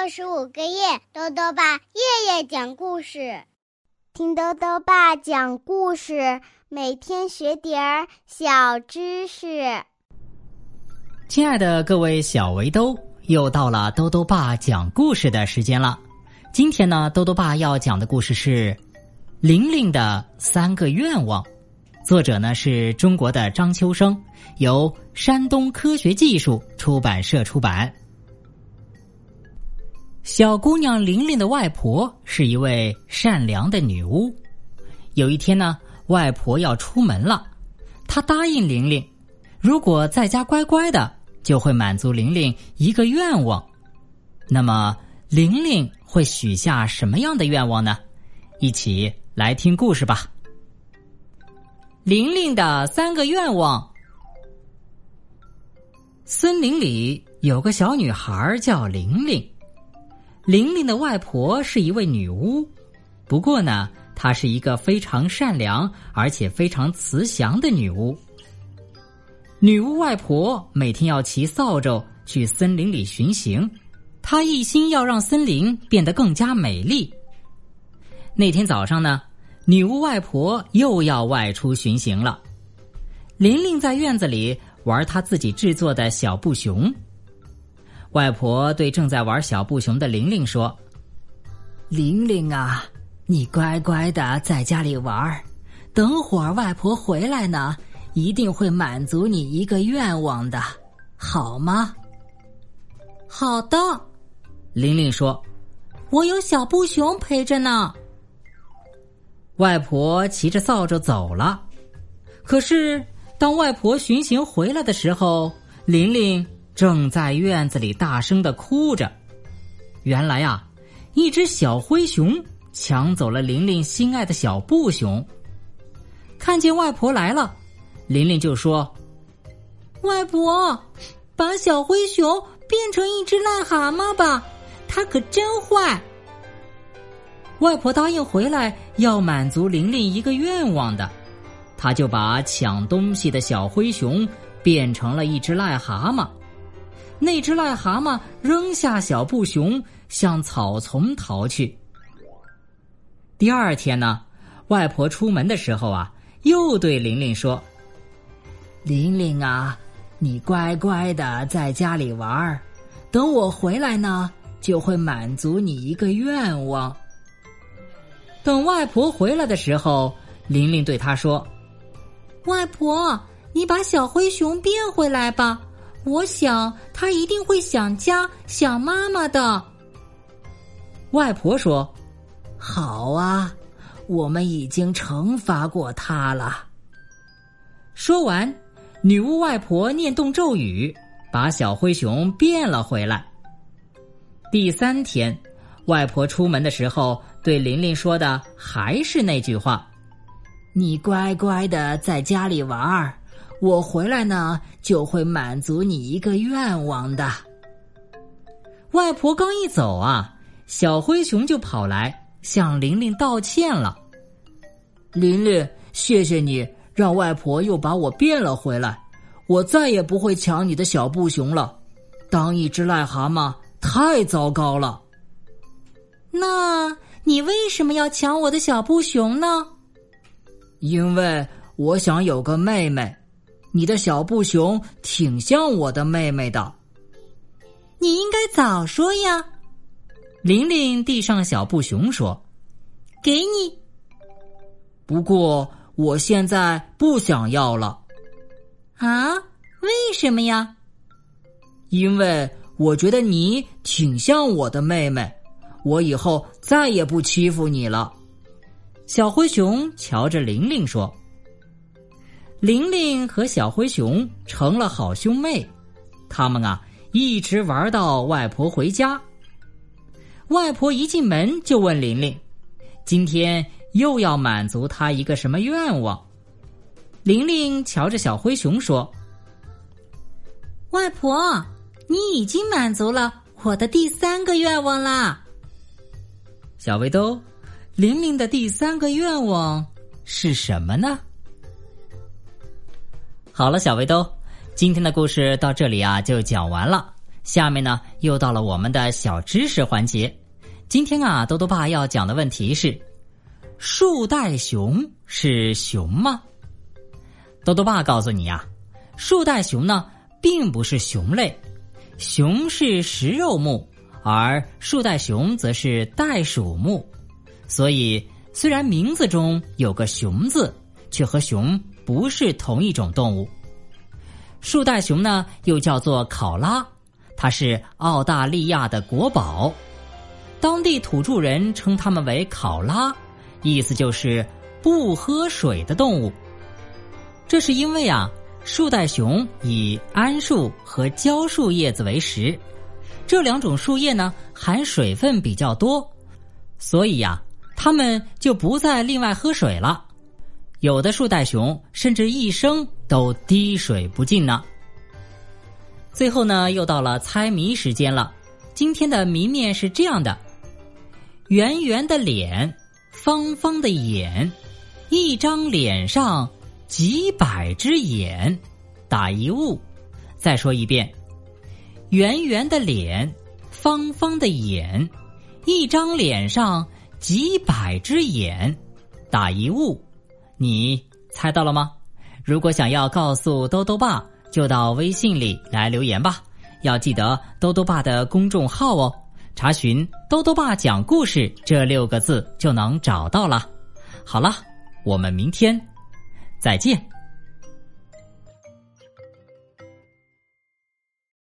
65个夜，豆豆爸夜夜讲故事，听豆豆爸讲故事，每天学点儿小知识。 亲爱的各位小围兜，又到了豆豆爸讲故事的时间了。今天呢，豆豆爸要讲的故事是玲玲的3个愿望，作者呢是中国的张秋生，由山东科学技术出版社出版。小姑娘玲玲的外婆是一位善良的女巫。有一天呢，外婆要出门了，她答应玲玲，如果在家乖乖的，就会满足玲玲一个愿望。那么玲玲会许下什么样的愿望呢？一起来听故事吧。玲玲的3个愿望。森林里有个小女孩叫玲玲，玲玲的外婆是一位女巫，不过呢，她是一个非常善良而且非常慈祥的女巫。女巫外婆每天要骑扫帚去森林里巡行，她一心要让森林变得更加美丽。那天早上呢，女巫外婆又要外出巡行了。玲玲在院子里玩她自己制作的小布熊。外婆对正在玩小布熊的玲玲说：玲玲啊，你乖乖的在家里玩，等会儿外婆回来呢，一定会满足你一个愿望的，好吗？好的，玲玲说，我有小布熊陪着呢。外婆骑着扫帚走了，可是当外婆巡行回来的时候，玲玲正在院子里大声地哭着。原来啊，一只小灰熊抢走了玲玲心爱的小布熊。看见外婆来了，玲玲就说：外婆，把小灰熊变成一只癞蛤蟆吧，它可真坏。外婆答应回来要满足玲玲一个愿望的，她就把抢东西的小灰熊变成了一只癞蛤蟆。那只癞蛤蟆扔下小布熊，向草丛逃去。第二天呢，外婆出门的时候啊，又对玲玲说：玲玲啊，你乖乖的在家里玩，等我回来呢，就会满足你一个愿望。等外婆回来的时候，玲玲对她说：外婆，你把小灰熊变回来吧，我想他一定会想家想妈妈的。外婆说：好啊，我们已经惩罚过他了。说完，女巫外婆念动咒语，把小灰熊变了回来。第3天，外婆出门的时候对玲玲说的还是那句话：你乖乖的在家里玩，我回来呢就会满足你一个愿望的。外婆刚一走啊，小灰熊就跑来向玲玲道歉了。玲玲，谢谢你让外婆又把我变了回来，我再也不会抢你的小布熊了，当一只癞蛤蟆太糟糕了。那你为什么要抢我的小布熊呢？因为我想有个妹妹，你的小布熊挺像我的妹妹的。你应该早说呀。玲玲递上小布熊说：给你。不过我现在不想要了。啊？为什么呀？因为我觉得你挺像我的妹妹，我以后再也不欺负你了。小灰熊瞧着玲玲说。玲玲和小灰熊成了好兄妹，他们啊一直玩到外婆回家。外婆一进门就问玲玲，今天又要满足她一个什么愿望。玲玲瞧着小灰熊说：外婆，你已经满足了我的第3个愿望啦。小围兜，玲玲的第3个愿望是什么呢？好了，小围兜，今天的故事到这里啊就讲完了。 下面呢，又到了我们的小知识环节。今天啊，豆豆爸要讲的问题是：树袋熊是熊吗？豆豆爸告诉你啊，树袋熊呢，并不是熊类，熊是食肉目，而树袋熊则是袋属目。所以，虽然名字中有个熊字，却和熊不是同一种动物。树袋熊呢，又叫做考拉，它是澳大利亚的国宝。当地土著人称它们为考拉，意思就是不喝水的动物。这是因为啊，树袋熊以桉树和蕉树叶子为食，这两种树叶呢含水分比较多，所以呀，它们就不再另外喝水了。有的树袋熊甚至一生都滴水不进呢。最后呢，又到了猜谜时间了。今天的谜面是这样的：圆圆的脸，方方的眼，一张脸上几百只眼，打一物。再说一遍，圆圆的脸，方方的眼，一张脸上几百只眼，打一物。你猜到了吗？如果想要告诉豆豆爸，就到微信里来留言吧。要记得豆豆爸的公众号哦，查询豆豆爸讲故事这6个字就能找到了。好了，我们明天再见。